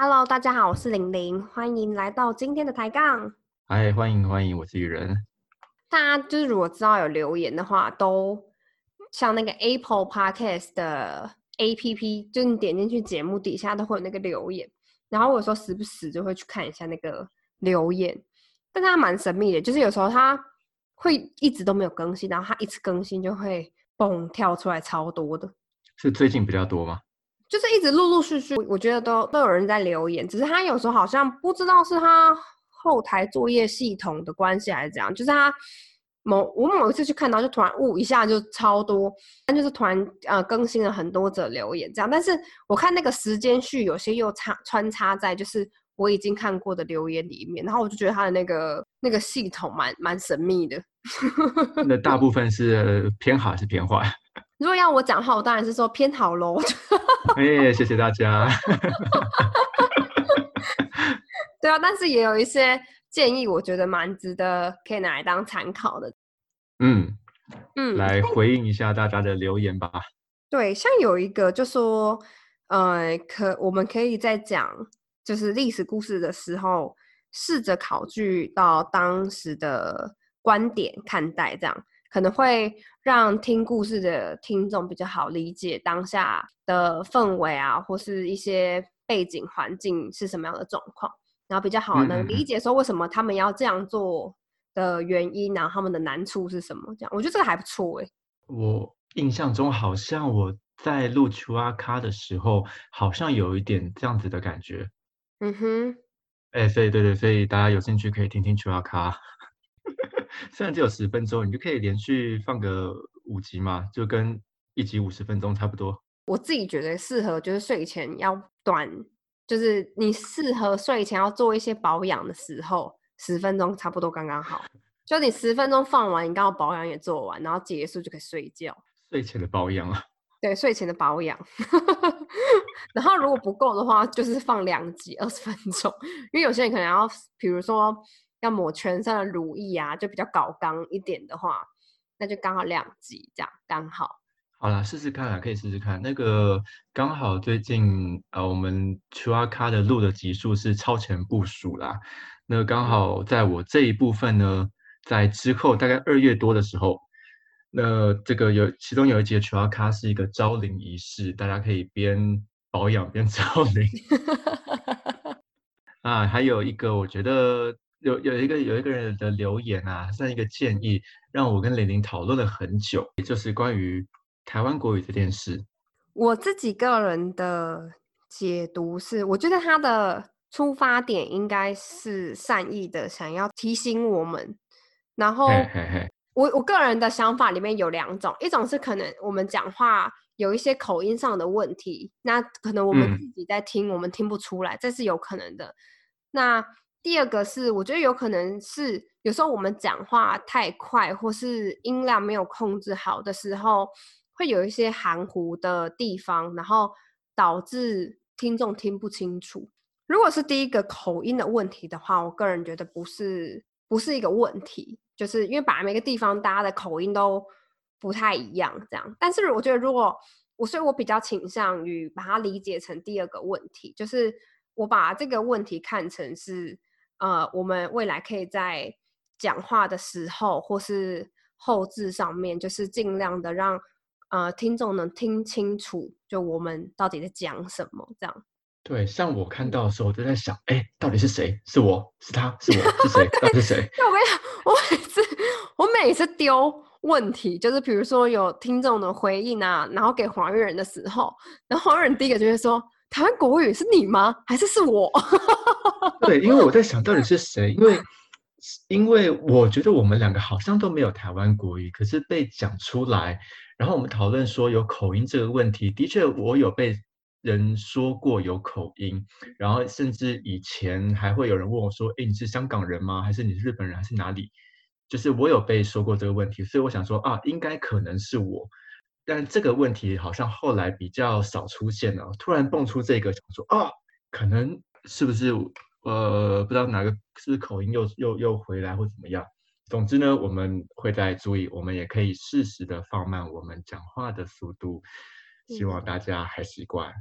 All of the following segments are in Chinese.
Hello，大家好，我是玲玲，欢迎来到今天的抬杠。 嗨，欢迎欢迎，我是雨人。 大家就是如果知道有留言的话，都像那个 Apple Podcast 的 APP，就是你点进去节目底下都会有那个留言，然后我有时候时不时就会去看一下那个留言，但它蛮神秘的，就是有时候它会一直都没有更新，然后它一次更新就会蹦跳出来超多的。 是最近比较多吗？ 就是一直陆陆续续，我觉得都有人在留言，只是他有时候好像不知道是他后台作业系统的关系还是怎样，就是他我某一次去看到，就突然一下就超多，但就是突然更新了很多则留言这样，但是我看那个时间序有些又穿插在就是我已经看过的留言里面，然后我就觉得他的那个系统蛮神秘的。 那大部分是偏好还是偏坏？ 如果要我讲话，我当然是说偏好咯。 哎，谢谢大家。 对啊，但是也有一些建议，我觉得蛮值得可以拿来当参考的。 嗯， 嗯， 来回应一下大家的留言吧。 对，像有一个就说，我们可以在讲就是历史故事的时候，试着考据到当时的观点看待，这样可能会让听故事的听众比较好理解当下的氛围啊，或是一些背景环境是什么样的状况，然后比较好能理嗯嗯嗯， 解说为什么他们要这样做的原因，然后他们的难处是什么，这样我觉得这个还不错诶。 我印象中好像我在录 QR 卡的时候，好像有一点这样子的感觉。 嗯哼。 哎，所以对对，所以大家有兴趣可以听听 QR 卡。虽然只有10分钟，你就可以连续放个5集嘛，就跟一集50分钟差不多。 我自己觉得适合就是睡前要短，就是你适合睡前要做一些保养的时候，10分钟差不多刚刚好。就你10分钟放完，你刚好保养也做完，然后结束就可以睡觉。 睡前的保养啊。 对，睡前的保养。然后如果不够的话，就是放2集20分钟，因为有些人可能要，比如说要抹全身的乳液啊，就比较搞刚一点的话，那就刚好2集这样刚好。 好啦，试试看啦，可以试试看。那个刚好最近我们 QR 卡的录的集数是超前部署啦。那刚嗯。 好在我这一部分呢，在之后大概2月多的时候，那这个其中有一节 QR 卡是一个招灵仪式，大家可以边保养边招灵。啊。还有一个我觉得有一个人的留言啊，算一个建议，让我跟玲玲讨论了很久，也就是关于台湾国语这件事。 我自己个人的解读是，我觉得他的出发点应该是善意的，想要提醒我们。然后嘿嘿嘿。 我个人的想法里面有2种，一种是可能我们讲话有一些口音上的问题，那可能我们嗯， 自己在听，我们听不出来，这是有可能的。那第二个是，我觉得有可能是有时候我们讲话太快，或是音量没有控制好的时候，会有一些含糊的地方，然后导致听众听不清楚。如果是第一个口音的问题的话，我个人觉得不是一个问题，就是因为把每个地方大家的口音都不太一样，这样。但是我觉得，所以我比较倾向于把它理解成第二个问题，就是我把这个问题看成是，我们未来可以在讲话的时候或是后置上面，就是尽量的让听众能听清楚，就我们到底在讲什么，这样。 对，像我看嗯。 到的时候，我就在想，哎，到底是谁？是我？是他？是我？是谁？到底是谁？ 对，我跟你讲，我每次丢问题，就是比如说有听众的回应啊，然后给黄月人的时候，然后黄月人第一个就会说：“台湾国语是你吗？还是我？” 对，因为我在想到底是谁，因为我觉得我们两个好像都没有台湾国语，可是被讲出来，然后我们讨论说有口音这个问题，的确我有被人说过有口音，然后甚至以前还会有人问我说：“哎，你是香港人吗？还是你是日本人？还是哪里？”就是我有被说过这个问题，所以我想说啊，应该可能是我，但这个问题好像后来比较少出现了，突然蹦出这个，想说啊，可能是不是不知道哪个是不是口音又回来或怎么样。总之呢，我们会再注意，我们也可以适时的放慢我们讲话的速度，希嗯。 望大家还习惯。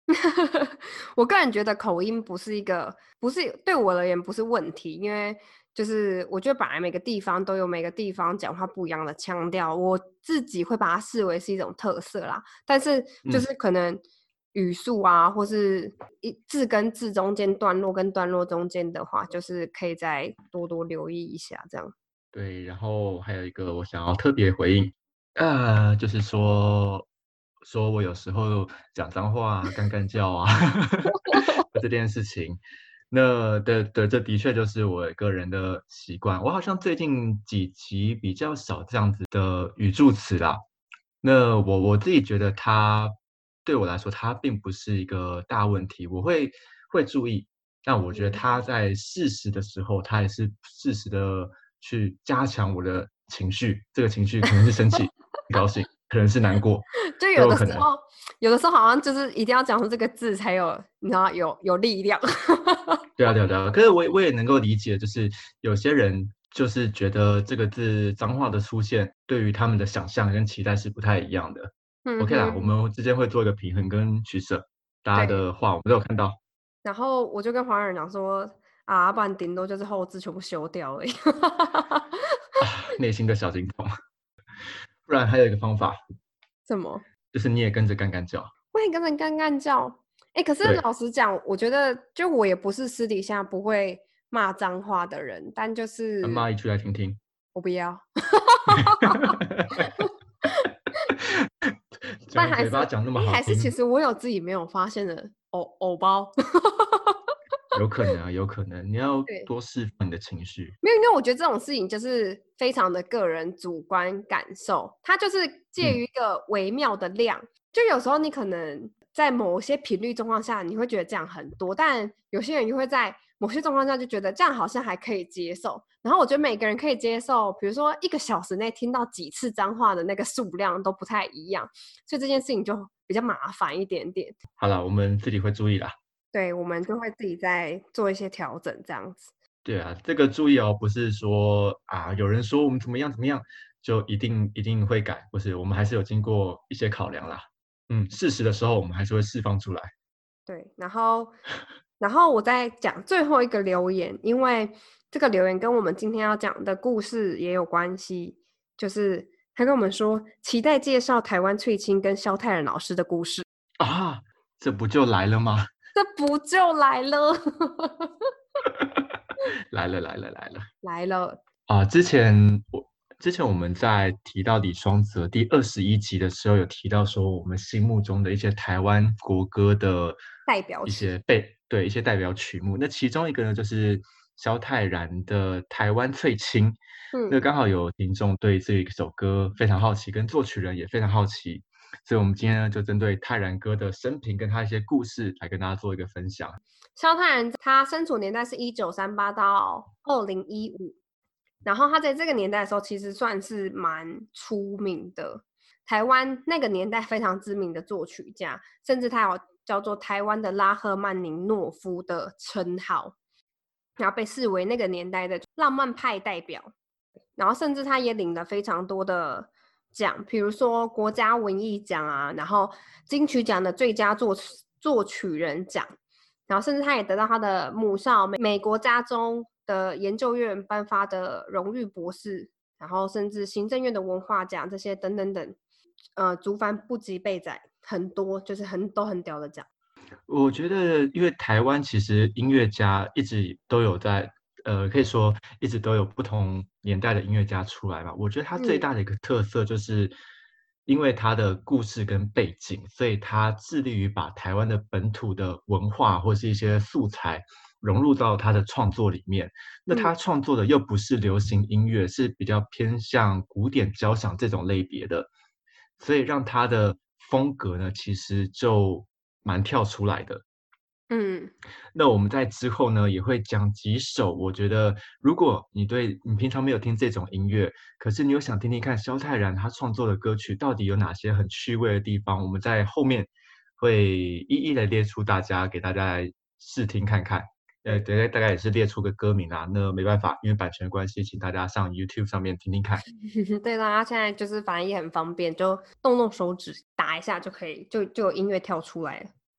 我个人觉得口音不是对我而言不是问题，因为就是我觉得本来每个地方都有每个地方讲话不一样的腔调，我自己会把它视为是一种特色啦。但是就是可能语速啊，或是字跟字中间、段落跟段落中间的话，就是可以再多多留意一下这样。 对，然后还有一个我想要特别回应，就是说我有时候讲脏话啊、干叫啊这件事情，那这的确就是我个人的习惯。我好像最近几集比较少这样子的语助词啦。那我自己觉得它对我来说，它并不是一个大问题，我会注意。但我觉得他在适时的时候，他也是适时的去加强我的情绪，这个情绪可能是生气、高兴，可能是难过， 就都有可能。 有的时候好像就是一定要讲出这个字才有，你知道有力量。 对啊，对啊，对啊。可是我也能够理解，就是有些人就是觉得这个字脏话的出现，对于他们的想象跟期待是不太一样的。 嗯 OK 啦，我哼， 们之间会做一个平衡跟取舍，大家对。 的话我们都有看到。 然后我就跟黄人讲说啊，不然顶多就是后置全部修掉而已。 内心的小惊痛。不然还有一个方法， 什么？ 就是你也跟着干干叫。 我也跟人干干叫。可是对， 老实讲，我觉得就我也不是私底下不会骂脏话的人，但就是骂一句来听听。 我不要。但还是嘴巴讲那么好还是其听， 实我有自己没有发现的偶包。 有可能啊，有可能。你要对。 多释放你的情绪。 没有，因为我觉得这种事情就是非常的个人主观感受，它就是介嗯， 于一个微妙的量。就有时候你可能在某些频率状况下，你会觉得这样很多，但有些人又会在某些状况下就觉得这样好像还可以接受。然后我觉得每个人可以接受，比如说1个小时内听到几次脏话的那个数量都不太一样，所以这件事情就比较麻烦一点点。 好了，我们自己会注意啦。 对，我们就会自己再做一些调整，这样子。 对啊，这个注意哦，不是说啊，有人说我们怎么样怎么样，就一定会改，不是，我们还是有经过一些考量啦。适时的时候我们还是会释放出来。 对，然后我再讲最后一个留言，因为这个留言跟我们今天要讲的故事也有关系，就是他跟我们说期待介绍台湾翠青跟萧泰然老师的故事。 啊，这不就来了吗？ 这不就来了。 来了来了来了。 来了。 啊，之前我们在提到李双泽第21集的时候，有提到说我们心目中的一些台湾国歌的一代表曲。 些对一些代表曲目。那其中一个呢，就是萧泰然的《台湾翠青》。那嗯， 刚好有听众对这一首歌非常好奇，跟作曲人也非常好奇，所以我们今天呢就针对泰然哥的生平跟他一些故事来跟大家做一个分享。 萧泰然他身处年代是1938到2015，然后他在这个年代的时候，其实算是蛮出名的，台湾那个年代非常知名的作曲家，甚至他有叫做台湾的拉赫曼尼诺夫的称号，然后被视为那个年代的浪漫派代表。然后甚至他也领了非常多的奖，比如说国家文艺奖啊，然后金曲奖的最佳作曲人奖，然后甚至他也得到他的母校美国加州的研究院颁发的荣誉博士，然后甚至行政院的文化奖这些等等等，竹繁不及备载，很多就是都很屌的奖。 我觉得，因为台湾其实音乐家一直都有在，可以说一直都有不同年代的音乐家出来嘛。我觉得他最大的一个特色就是，因为他的故事跟背景，所以他致力于把台湾的本土的文化或是一些素材融入到他的创作里面。那他创作的又不是流行音乐，是比较偏向古典交响这种类别的，所以让他的风格呢，其实就蛮跳出来的。 嗯， 那我们在之后呢，也会讲几首，我觉得如果你平常没有听这种音乐，可是你又想听听看萧泰然他创作的歌曲到底有哪些很趣味的地方，我们在后面会一一的列出给大家来试听看看。大概也是列出个歌名啊，那没办法，因为版权关系，请大家上 YouTube 上面听听看。 对啦，现在就是反正也很方便，就动动手指打一下就可以，就有音乐跳出来了。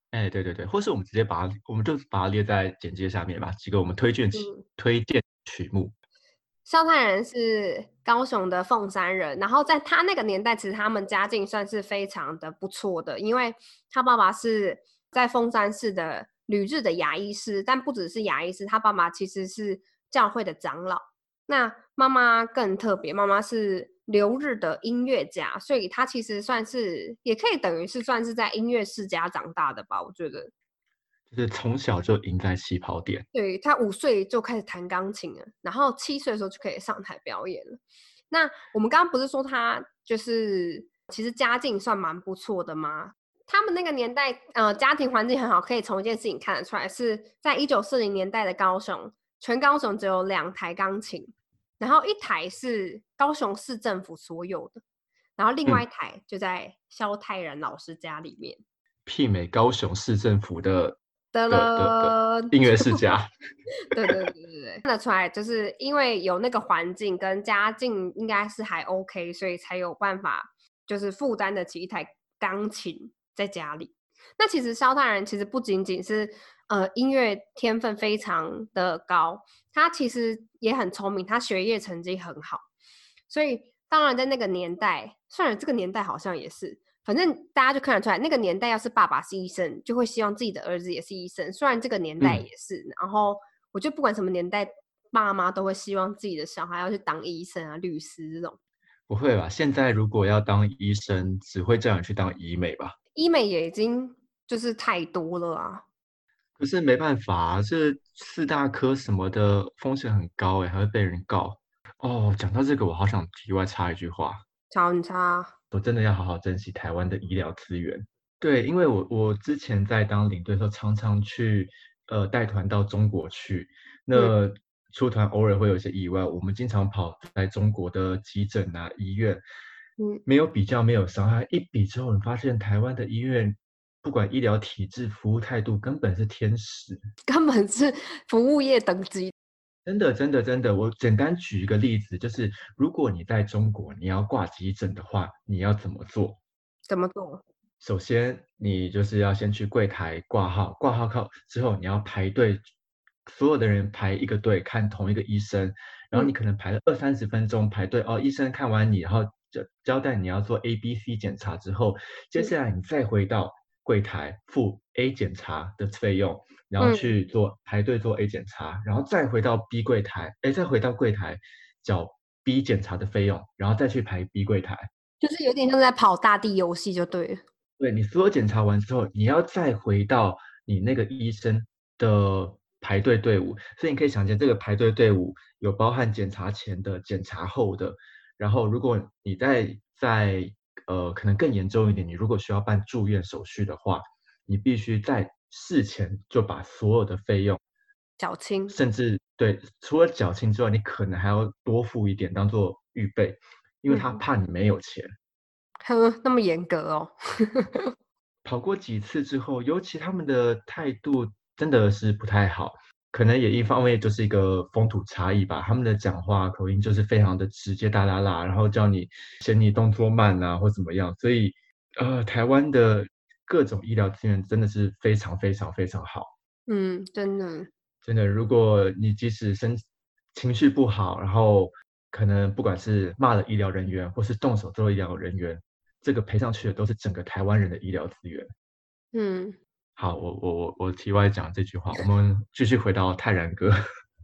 哎，对对对，或是我们直接我们就把它列在简介下面吧，几个我们嗯。 推荐曲目。 萧泰然是高雄的凤山人，然后在他那个年代，其实他们家境算是非常的不错的，因为他爸爸是在凤山市的旅日的牙医师，但不只是牙医师，他爸爸其实是教会的长老。那妈妈更特别，妈妈是留日的音乐家，所以他其实算是也可以等于是算是在音乐世家长大的吧，我觉得。 就是从小就赢在起跑点。 对，他5岁就开始弹钢琴了，然后7岁的时候就可以上台表演了。那我们刚刚不是说他就是其实家境算蛮不错的吗？他们那个年代，家庭环境很好，可以从一件事情看得出来，是在1940年代的高雄，全高雄只有2台钢琴，然后一台是高雄市政府所有的，然后另外一嗯， 台就在萧泰然老师家里面。 媲美高雄市政府的的了， 音乐世家。 对对对对对，看得出来，就是因为有那个环境跟家境应该是还 OK，所以才有办法就是负担得起一台钢琴在家里。那其实萧泰然其实不仅仅是音乐天分非常的高，他其实也很聪明，他学业成绩很好，所以当然在那个年代，虽然这个年代好像也是，反正大家就看得出来，那个年代要是爸爸是医生，就会希望自己的儿子也是医生。虽然这个年代嗯， 也是，然后我觉得不管什么年代，爸妈都会希望自己的小孩要去当医生啊、律师这种。 不会吧？现在如果要当医生，只会叫你去当医美吧？ 医美也已经就是太多了啊。 可是没办法啊，这4大科什么的风险很高诶，还会被人告。哦，讲到这个，我好想题外插一句话， 超你差。 我真的要好好珍惜台湾的医疗资源。对，因为我之前在当领队的时候，常常去带团到中国去， 嗯那出团偶尔会有一些意外，我们经常跑在中国的急诊啊、医院， 嗯， 没有比较，没有伤害，一比之后，你发现台湾的医院不管医疗体制、服务态度，根本是天使。 根本是服务业等级。 真的，真的，真的，我简单举一个例子，就是如果你在中国，你要挂急诊的话，你要怎么做？ 怎么做？ 首先，你就是要先去柜台挂号，挂号靠之后，你要排队，所有的人排一个队看同一个医生，然后你嗯可能排了20-30分钟排队，哦，医生看完你，然后交代你要做 A、B、C 检查之后，接嗯下来你再回到柜台付 A 检查的费用，然后嗯， 去排队做 A 检查，然后再回到 B 柜台，哎，再回到柜台缴 B 检查的费用，然后再去排 B 柜台。 就是有点像在跑大地游戏就对了。 对，你所有检查完之后，你要再回到你那个医生的排队队伍，所以你可以想见，这个排队队伍有包含检查前的、检查后的。然后，如果你可能更严重一点，你如果需要办住院手续的话，你必须在事前就把所有的费用， 小青。 甚至对，除了缴清之外，你可能还要多付一点当做预备，因为他嗯， 怕你没有钱。 呵，那么严格哦。 跑过几次之后，尤其他们的态度真的是不太好，可能也一方面就是一个风土差异吧，他们的讲话口音就是非常的直接大大辣，然后叫你嫌你动作慢啊或怎么样，所以台湾的各种医疗资源真的是非常非常非常好。 嗯，真的。 真的，如果你即使情绪不好，然后可能不管是骂了医疗人员，或是动手揍医疗人员，这个赔上去的都是整个台湾人的医疗资源。 嗯。 好，我题外讲这句话，我们继续回到泰然哥。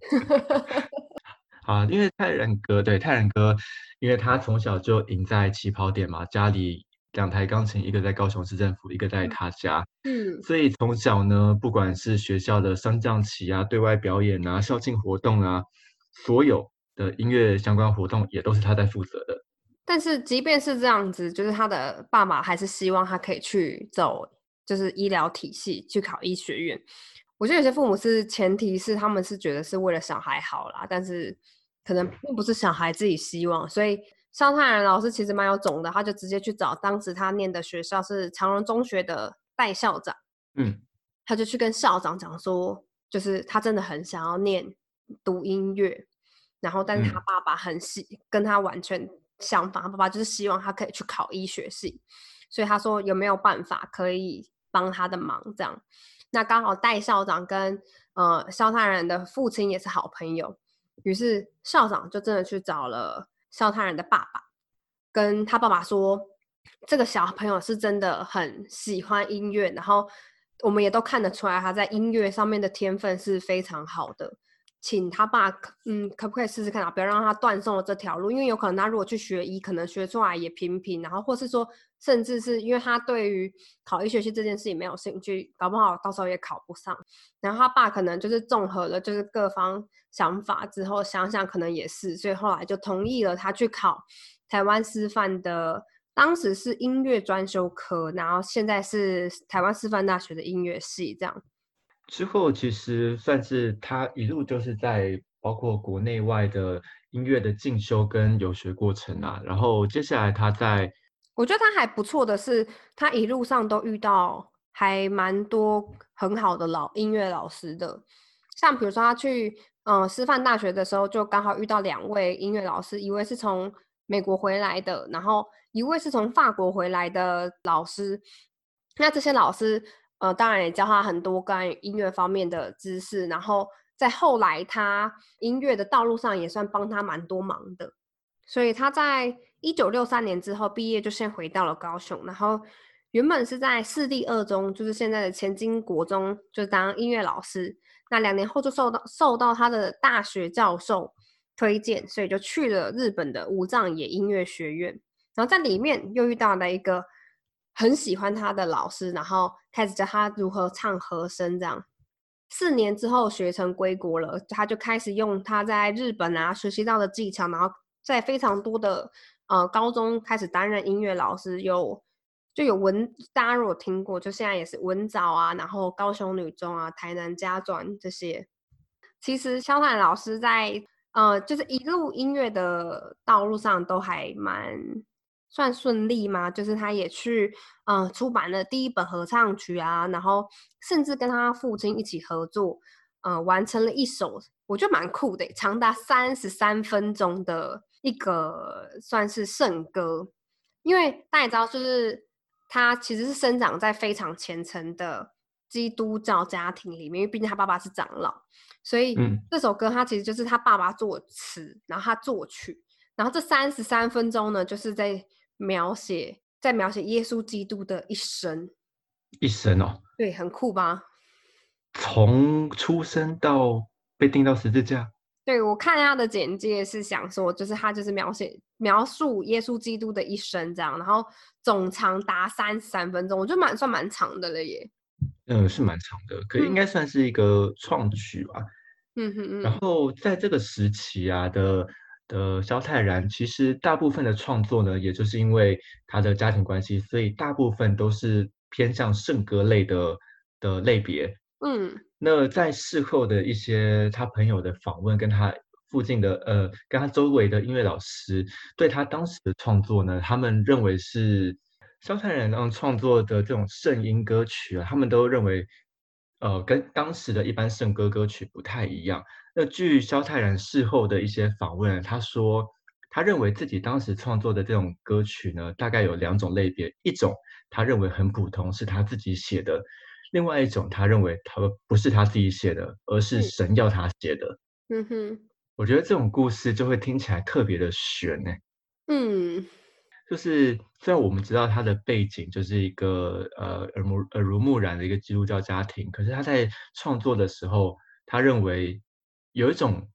好，因为泰然哥，因为他从小就赢在起跑点嘛，家里2台钢琴，一个在高雄市政府，一个在他家， 嗯， 所以从小呢，不管是学校的升降旗啊、对外表演啊、校庆活动啊，所有的音乐相关活动也都是他在负责的。 但是即便是这样子，就是他的爸爸还是希望他可以去走，就是医疗体系，去考医学院。我觉得有些父母是前提是他们是觉得是为了小孩好啦，但是可能并不是小孩自己希望，所以萧泰然老师其实蛮有种的，他就直接去找当时他念的学校是长荣中学的代校长。 嗯他就去跟校长讲说，就是他真的很想要读音乐，然后但是他嗯， 爸爸跟他完全相反，他爸爸就是希望他可以去考医学系，所以他说有没有办法可以帮他的忙这样。那刚好戴校长跟萧泰然的父亲也是好朋友，于是校长就真的去找了萧泰然的爸爸，跟他爸爸说这个小朋友是真的很喜欢音乐，然后我们也都看得出来他在音乐上面的天分是非常好的，请他爸可不可以试试看啊，不要让他断送了这条路，因为有可能他如果去学医，可能学出来也平平，然后或是说甚至是因为他对于考医学系这件事情没有兴趣，搞不好到时候也考不上。然后他爸可能就是综合了就是各方想法之后想想可能也是，所以后来就同意了他去考台湾师范的，当时是音乐专修科，然后现在是台湾师范大学的音乐系这样。 之后其实算是他一路就是在包括国内外的音乐的进修跟游学过程啊，然后接下来他在我觉得他还不错的是，他一路上都遇到还蛮多很好的音乐老师的，像比如说他去师范大学的时候，就刚好遇到2位音乐老师，一位是从美国回来的，然后一位是从法国回来的老师。那这些老师当然也教他很多关于音乐方面的知识，然后在后来他音乐的道路上也算帮他蛮多忙的。所以他在1963年之后毕业，就先回到了高雄，然后原本是在市立二中，就是现在的前金国中，就当音乐老师。那2年后就受到他的大学教授推荐，所以就去了日本的武藏野音乐学院，然后在里面又遇到了一个很喜欢他的老师，然后开始教他如何唱和声这样。4年之后学成归国了，他就开始用他在日本学习到的技巧，然后在非常多的高中开始担任音乐老师，就有大家如果听过，就现在也是文藻啊，然后高雄女中啊、台南家专这些。其实萧泰然老师在就是一路音乐的道路上都还蛮算顺利嘛，就是他也去出版了第1本合唱曲啊，然后甚至跟他父亲一起合作，完成了一首我觉得蛮酷的，长达33分钟的一个算是圣歌。因为大家也知道，就是他其实是生长在非常虔诚的基督教家庭里面，因为毕竟他爸爸是长老，所以这首歌他其实就是他爸爸作词，然后他作曲，然后这33分钟呢，就是在描写耶稣基督的一生。 一生哦， 对，很酷吧？ 从出生到被钉到十字架。 对，我看他的简介是想说，就是他就是描述耶稣基督的一生这样，然后总长达33分钟，我觉得算蛮长的了耶。 是蛮长的，可应该算是一个创举吧。然后在这个时期啊的萧泰然，其实大部分的创作呢，也就是因为他的家庭关系，所以大部分都是偏向圣歌类的类别。那在事后的一些他朋友的访问，跟他附近的跟他周围的音乐老师，对他当时的创作呢，他们认为是萧泰然创作的这种圣音歌曲啊，他们都认为跟当时的一般圣歌歌曲不太一样。那据萧泰然事后的一些访问，他说他认为自己当时创作的这种歌曲呢，大概有2种类别，一种他认为很普通，是他自己写的。另外一种，他认为他不是他自己写的，而是神要他写的。我觉得这种故事就会听起来特别的悬呢。就是虽然我们知道他的背景就是一个耳濡目染的一个基督教家庭，可是他在创作的时候，他认为有一种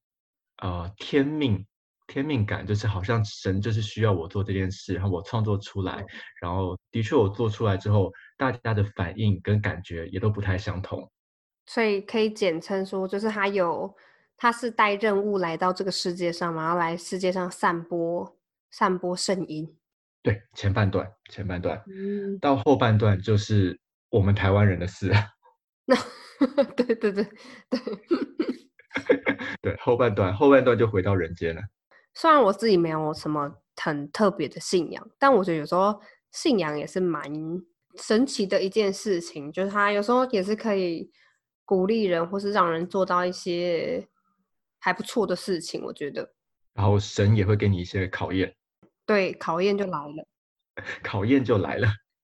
天命感，就是好像神就是需要我做这件事，然后我创作出来，然后的确我做出来之后，大家的反应跟感觉也都不太相同。 所以可以简称说，就是他是带任务来到这个世界上，然后来世界上散播圣音。 对，前半段，到后半段就是我们台湾人的事了。 对对对对。 对，后半段就回到人间了。 虽然我自己没有什么很特别的信仰，但我觉得有时候信仰也是蛮神奇的一件事情，就是它有时候也是可以鼓励人，或是让人做到一些还不错的事情，我觉得。 然后神也会给你一些考验， 对，考验就来了。 考验就来了。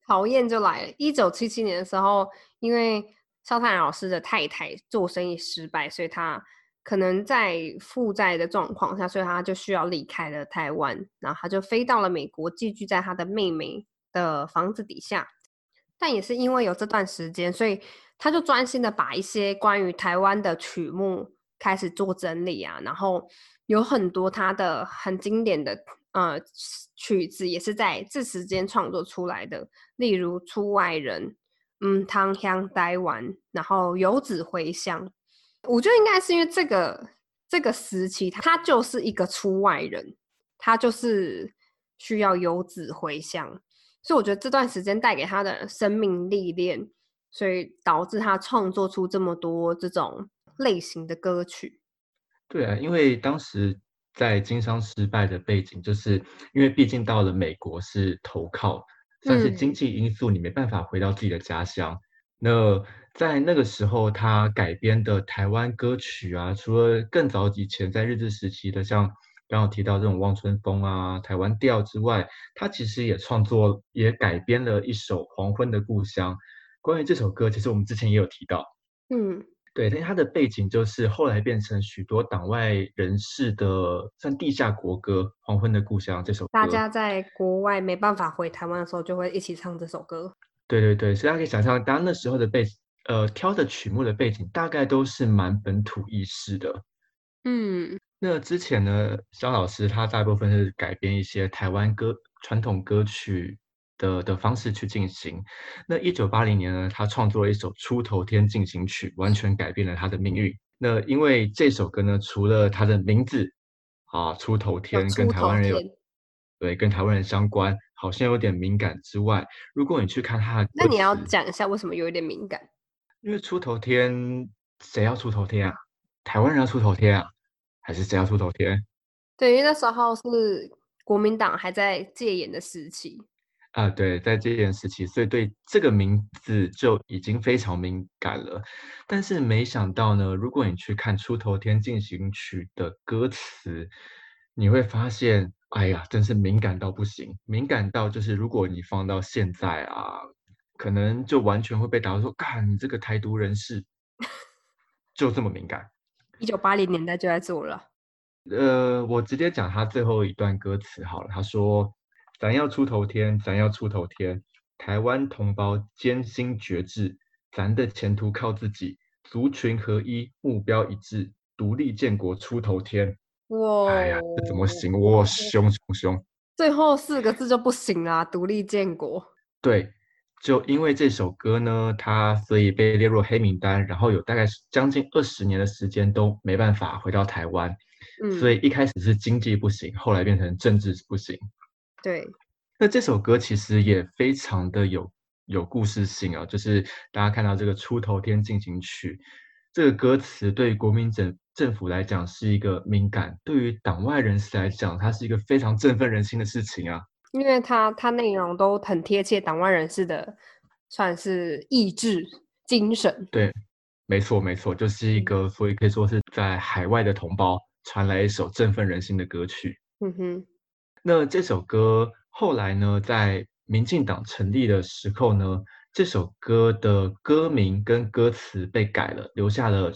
考验就来了。1977年的时候，因为萧泰然老师的太太做生意失败，所以他可能在负债的状况下，所以他就需要离开了台湾，然后他就飞到了美国，寄居在他的妹妹的房子底下。但也是因为有这段时间，所以他就专心的把一些关于台湾的曲目开始做整理啊，然后有很多他的很经典的曲子也是在这时间创作出来的，例如《出外人》、《汤香台湾》，然后《游子回乡》。我觉得应该是因为这个时期，他就是一个出外人，他就是需要游子回乡。所以我觉得这段时间带给他的生命历练，所以导致他创作出这么多这种类型的歌曲。 对啊，因为当时在经商失败的背景，就是因为毕竟到了美国是投靠，算是经济因素，你没办法回到自己的家乡。那在那个时候，他改编的台湾歌曲啊，除了更早以前在日治时期的，像刚刚提到这种望春风啊、台湾调之外，他其实也创作也改编了一首《黄昏的故乡》。关于这首歌，其实我们之前也有提到。 嗯， 对，但它的背景就是后来变成许多党外人士的算地下国歌《黄昏的故乡》这首歌。 大家在国外没办法回台湾的时候，就会一起唱这首歌。 对对对，所以大家可以想象，当那时候的挑的曲目的背景大概都是蛮本土意识的。 嗯那之前呢，肖老师他大部分是改编一些台湾传统歌曲的方式去进行。那1980年呢，他创作了一首《出头天进行曲》，完全改变了他的命运。那因为这首歌呢，除了它的名字出头天跟有出台湾人头天。 对，跟台湾人相关，好像有点敏感之外，如果你去看他的那你要歌词， 讲一下为什么有一点敏感？ 因为出头天，谁要出头天啊？台湾人要出头天啊？还是谁要出头天？ 对，因为那时候是国民党还在戒严的时期。 啊，对，在这件时期，所以对这个名字就已经非常敏感了。但是没想到呢，如果你去看《出头天进行曲》的歌词，你会发现，哎呀，真是敏感到不行，敏感到就是如果你放到现在啊，可能就完全会被打到说，看你这个台独人士，就这么敏感。 1980年代就在做了。 我直接讲他最后一段歌词好了。他说：“咱要出头天，咱要出头天，台湾同胞艰辛决志，咱的前途靠自己，族群合一，目标一致，独立建国出头天。”哎呀，这怎么哇， 行？我凶凶凶！ 最后4个字就不行啦，独立建国。 对，就因为这首歌呢，它所以被列入黑名单，然后有大概将近20年的时间都没办法回到台湾，所以嗯， 一开始是经济不行，后来变成政治不行。 对， 那这首歌其实也非常的有故事性啊，就是大家看到这个《出头天进行曲》这个歌词，对于国民政府来讲是一个敏感，对于党外人士来讲，它是一个非常振奋人心的事情啊。 因为它内容都很贴切党外人士的，算是意志精神。 对，没错没错，就是一个，所以可以说是在海外的同胞传来一首振奋人心的歌曲。 嗯哼， 那这首歌后来呢，在民进党成立的时候呢，这首歌的歌名跟歌词被改了，留下了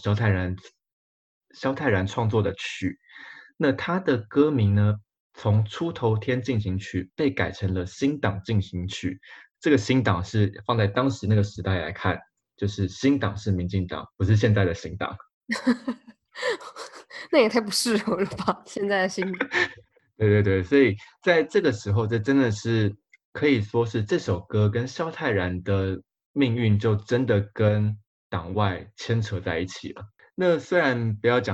萧泰然创作的曲。那他的歌名呢，从《出头天进行曲》被改成了《新党进行曲》。这个新党是放在当时那个时代来看，就是新党是民进党，不是现在的新党。 那也太不适合了吧？现在的新对对对，所以在这个时候，这真的是可以说是这首歌跟萧泰然的命运就真的跟党外牵扯在一起了。那虽然不要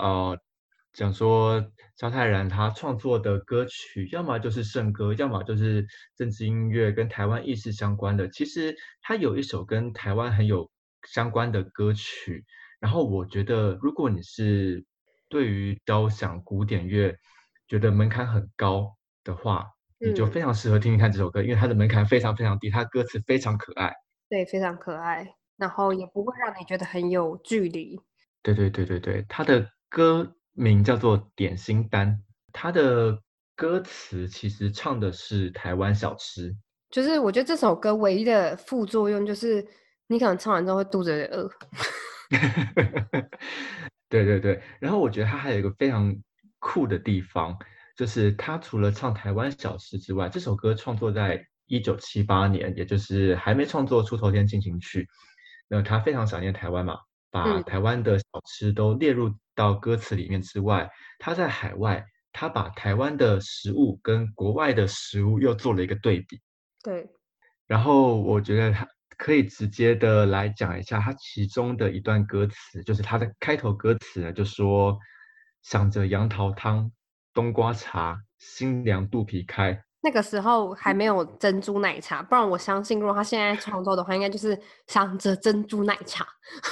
讲说萧泰然他创作的歌曲，要么就是圣歌，要么就是政治音乐跟台湾意识相关的。其实他有一首跟台湾很有相关的歌曲，然后我觉得，如果你是对于交响古典乐觉得门槛很高的话，你就非嗯， 常适合听听看这首歌，因为它的门槛非常非常低，它歌词非常可爱。 对，非常可爱，然后也不会让你觉得很有距离。 对对对对对，它的歌名叫做《点心单》，它的歌词其实唱的是台湾小吃。 就是我觉得这首歌唯一的副作用就是你可能唱完之后会肚子有点饿。 对对对，然后我觉得他还有一个非常酷的地方，就是他除了唱台湾小吃之外，这首歌创作在1978年，也就是还没创作《出头天进行曲》。那他非常想念台湾嘛，把嗯， 台湾的小吃都列入到歌词里面之外，他在海外，他把台湾的食物跟国外的食物又做了一个对比。 对， 然后我觉得他可以直接的来讲一下他其中的一段歌词，就是他的开头歌词呢，就说想着杨桃汤、冬瓜茶，心凉肚皮开， 那个时候还没有珍珠奶茶，不然我相信如果他现在创作的话，应该就是想着珍珠奶茶。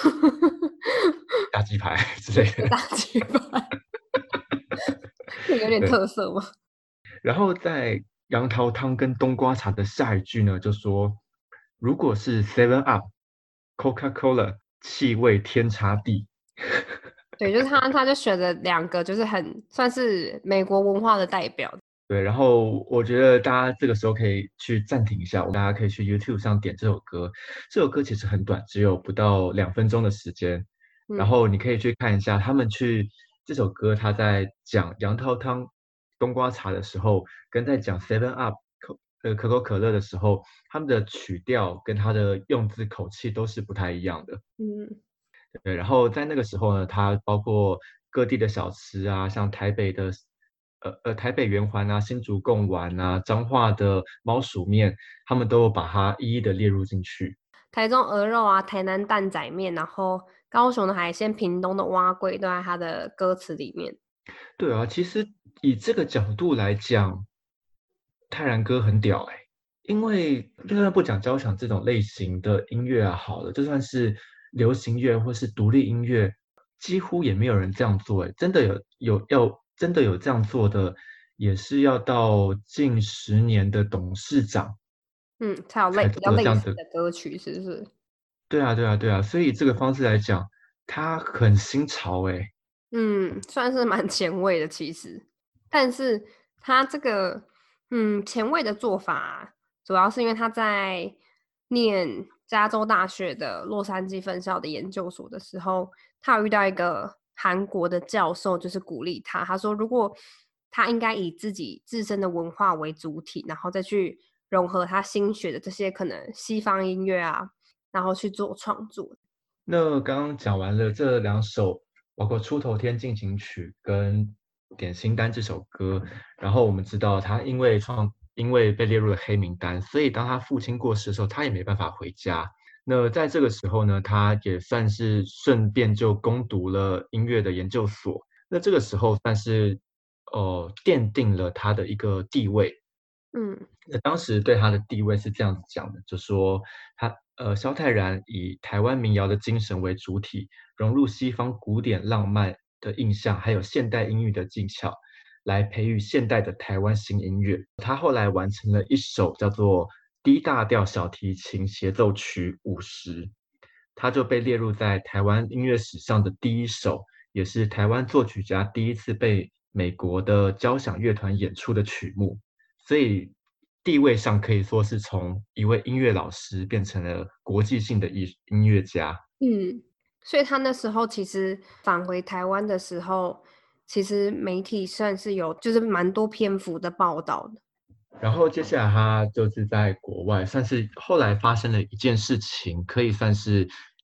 大鸡排之类的。 大鸡排，这有点对， 特色吗？ 然后在杨桃汤跟冬瓜茶的下一句呢，就说如果是 Seven Up、Coca-Cola，气味天差地。 对，就是他就选了两个，就是很算是美国文化的代表。 对，然后我觉得大家这个时候可以去暂停一下，大家可以去 YouTube 上点这首歌。这首歌其实很短，只有不到2分钟的时间。然嗯， 后你可以去看一下他们去这首歌，他在讲杨桃汤、冬瓜茶的时候，跟在讲 Seven Up 可口可乐的时候，他们的曲调跟他的用字口气都是不太一样的。 嗯， 对，然后在那个时候呢，它包括各地的小吃啊，像台北的台北圆环啊、新竹贡丸啊、彰化的猫薯面，他们都有把它一一的列入进去。 台中鹅肉啊，台南蛋仔面，然后高雄的海鲜，屏东的蛙龟都在他的歌词里面。 对啊，其实以这个角度来讲，泰然哥很屌哎、因为就算不讲交响这种类型的音乐啊，好了，就算是流行乐或是独立音乐，几乎也没有人这样做哎、真的真的有这样做的，也是要到近10年的董事长嗯，才有才比较类似做了这样的。 的歌曲，是不是？ 对啊，对啊，对啊，所以这个方式来讲，他很新潮哎、 嗯，算是蛮前卫的其实，但是他这个前卫的做法，主要是因为他在念加州大学的洛杉矶分校的研究所的时候，他有遇到一个韩国的教授，就是鼓励他，他说如果他应该以自己自身的文化为主体，然后再去融合他新学的这些可能西方音乐啊，然后去做创作。 那刚刚讲完了这两首，包括《出头天进行曲》跟《点心单》这首歌，然后我们知道他因为被列入了黑名单，所以当他父亲过世的时候，他也没办法回家。那在这个时候呢，他也算是顺便就攻读了音乐的研究所。那这个时候算是奠定了他的一个地位。 嗯那当时对他的地位是这样子讲的，就说萧泰然以台湾民谣的精神为主体，融入西方古典浪漫的印象，还有现代音乐的技巧，来培育现代的台湾新音乐。他后来完成了一首叫做《D 大调小提琴协奏曲50》，他就被列入在台湾音乐史上的第一首，也是台湾作曲家第一次被美国的交响乐团演出的曲目。所以地位上可以说是从一位音乐老师变成了国际性的音乐家。 嗯，所以他那时候其实返回台湾的时候，其实媒体算是有就是蛮多篇幅的报道的。 然后接下来他就是在国外，算是后来发生了一件事情，可以算是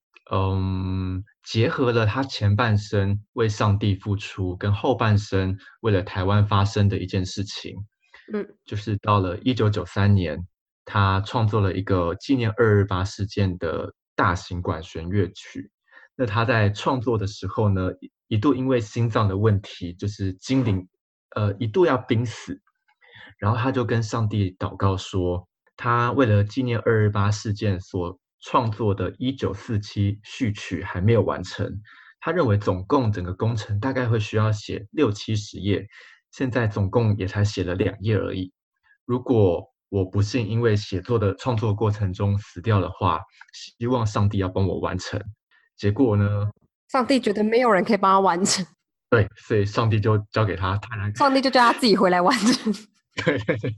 结合了他前半生为上帝付出，跟后半生为了台湾发生的一件事情。 嗯就是到了1993年，他创作了一个纪念228事件的大型管弦乐曲。那他在创作的时候呢，一度因为心脏的问题，就是一度要濒死。然后他就跟上帝祷告说，他为了纪念228事件所创作的1947序曲还没有完成。他认为总共整个工程大概会需要写60-70页，现在总共也才写了2页而已。如果我不幸因为写作的创作过程中死掉的话，希望上帝要帮我完成。结果呢， 上帝觉得没有人可以帮他完成， 对，所以上帝就交给他，当然， 上帝就叫他自己回来完成。 对对对。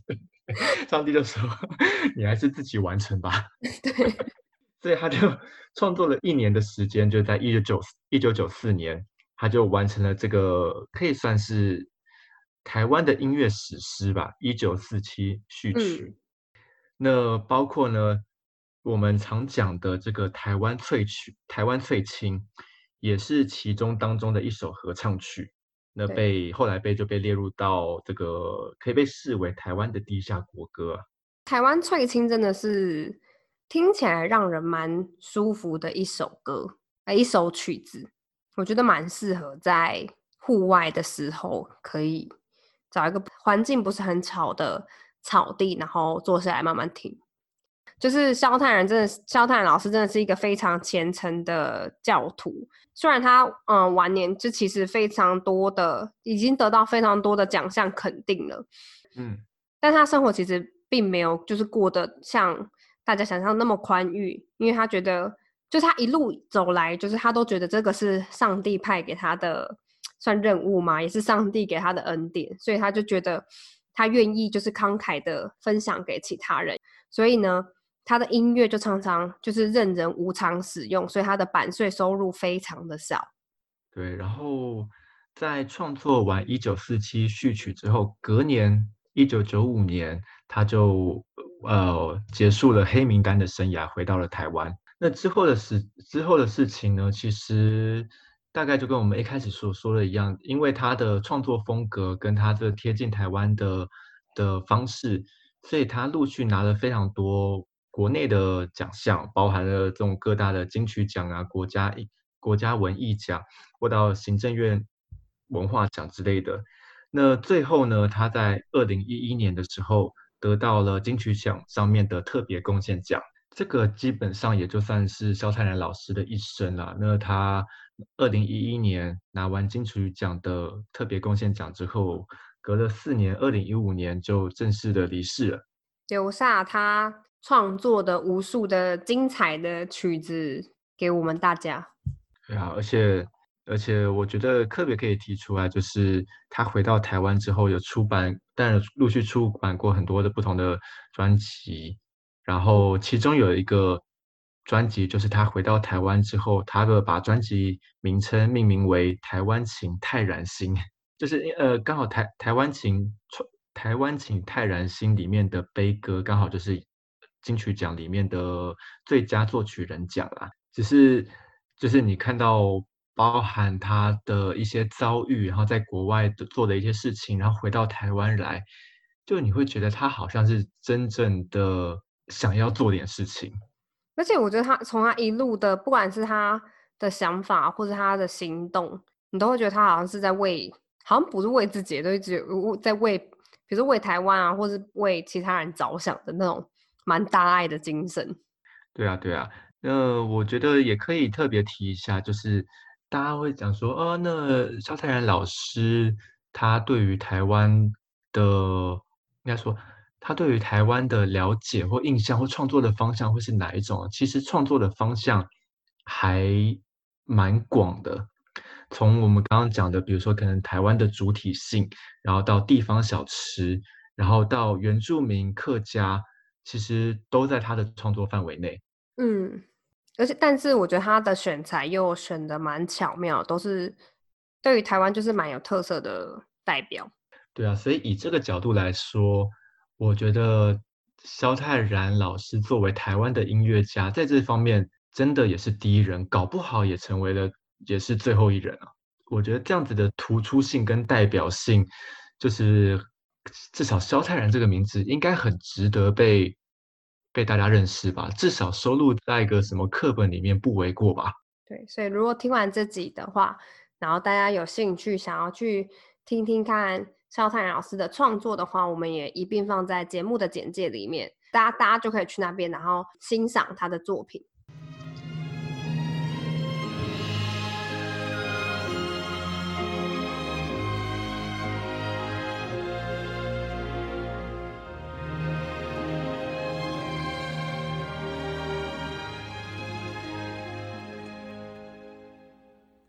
上帝就说你还是自己完成吧。 对， 所以他就创作了1年的时间，就在1994年，他就完成了这个可以算是台湾的音乐史诗吧，《1947序曲》。 嗯， 那包括呢，我们常讲的这个台湾翠曲、台湾翠青，也是其中当中的一首合唱曲。那对。 后来就被列入到这个可以被视为台湾的地下国歌啊。 台湾翠青真的是听起来让人蛮舒服的一首歌，一首曲子，我觉得蛮适合在户外的时候，可以找一个环境不是很吵的草地，然后坐下来慢慢听。就是萧泰然老师真的是一个非常虔诚的教徒。虽然他晚年就其实非常多的已经得到非常多的奖项肯定了， 嗯。 但他生活其实并没有就是过得像大家想象那么宽裕，因为他觉得就是他一路走来，就是他都觉得这个是上帝派给他的算任务嘛，也是上帝给他的恩典，所以他就觉得他愿意就是慷慨的分享给其他人，所以呢，他的音乐就常常就是任人无偿使用，所以他的版税收入非常的少。 对，然后在创作完《1947序曲》之后，隔年1995年，他就结束了黑名单的生涯，回到了台湾。那之后的事情呢，其实大概就跟我们一开始所说的一样，因为他的创作风格跟他这贴近台湾的方式，所以他陆续拿了非常多国内的奖项，包含了这种各大的金曲奖啊、国家文艺奖。或到行政院文化奖之类的。那最后呢，他在2011年的时候得到了金曲奖上面的特别贡献奖，这个基本上也就算是萧灿然老师的一生了。那他2011年拿完金曲奖的特别贡献奖之后，隔了4年，2015年就正式的离世了。 留下他创作的无数的精彩的曲子给我们大家。 对啊，而且我觉得特别可以提出来，就是他回到台湾之后有出版，当然陆续出版过很多的不同的专辑，然后其中有一个专辑就是他回到台湾之后，他把专辑名称命名为《台湾情泰然心》，就是刚好台湾情泰然心里面的悲歌刚好就是金曲奖里面的最佳作曲人奖啦。只是就是你看到包含他的一些遭遇，然后在国外做的一些事情，然后回到台湾来，就你会觉得他好像是真正的想要做点事情。 而且我觉得他从他一路的，不管是他的想法或者他的行动，你都会觉得他好像是在为，好像不是为自己，都一直在为，比如说为台湾啊，或是为其他人着想的那种蛮大爱的精神。 对啊，对啊，我觉得也可以特别提一下，就是大家会讲说，那萧泰然老师他对于台湾的，应该说他对于台湾的了解或印象或创作的方向会是哪一种啊？其实创作的方向还蛮广的，从我们刚刚讲的，比如说可能台湾的主体性，然后到地方小吃，然后到原住民客家，其实都在他的创作范围内。 嗯，但是我觉得他的选材又选的蛮巧妙，都是对于台湾就是蛮有特色的代表。 对啊，所以以这个角度来说，我觉得萧泰然老师作为台湾的音乐家，在这方面真的也是第一人，搞不好也成为了也是最后一人啊。我觉得这样子的突出性跟代表性，就是至少萧泰然这个名字应该很值得被大家认识吧，至少收录在一个什么课本里面不为过吧。 对，所以如果听完这集的话，然后大家有兴趣想要去听听看萧泰然老师的创作的话，我们也一并放在节目的简介里面，大家就可以去那边，然后欣赏他的作品。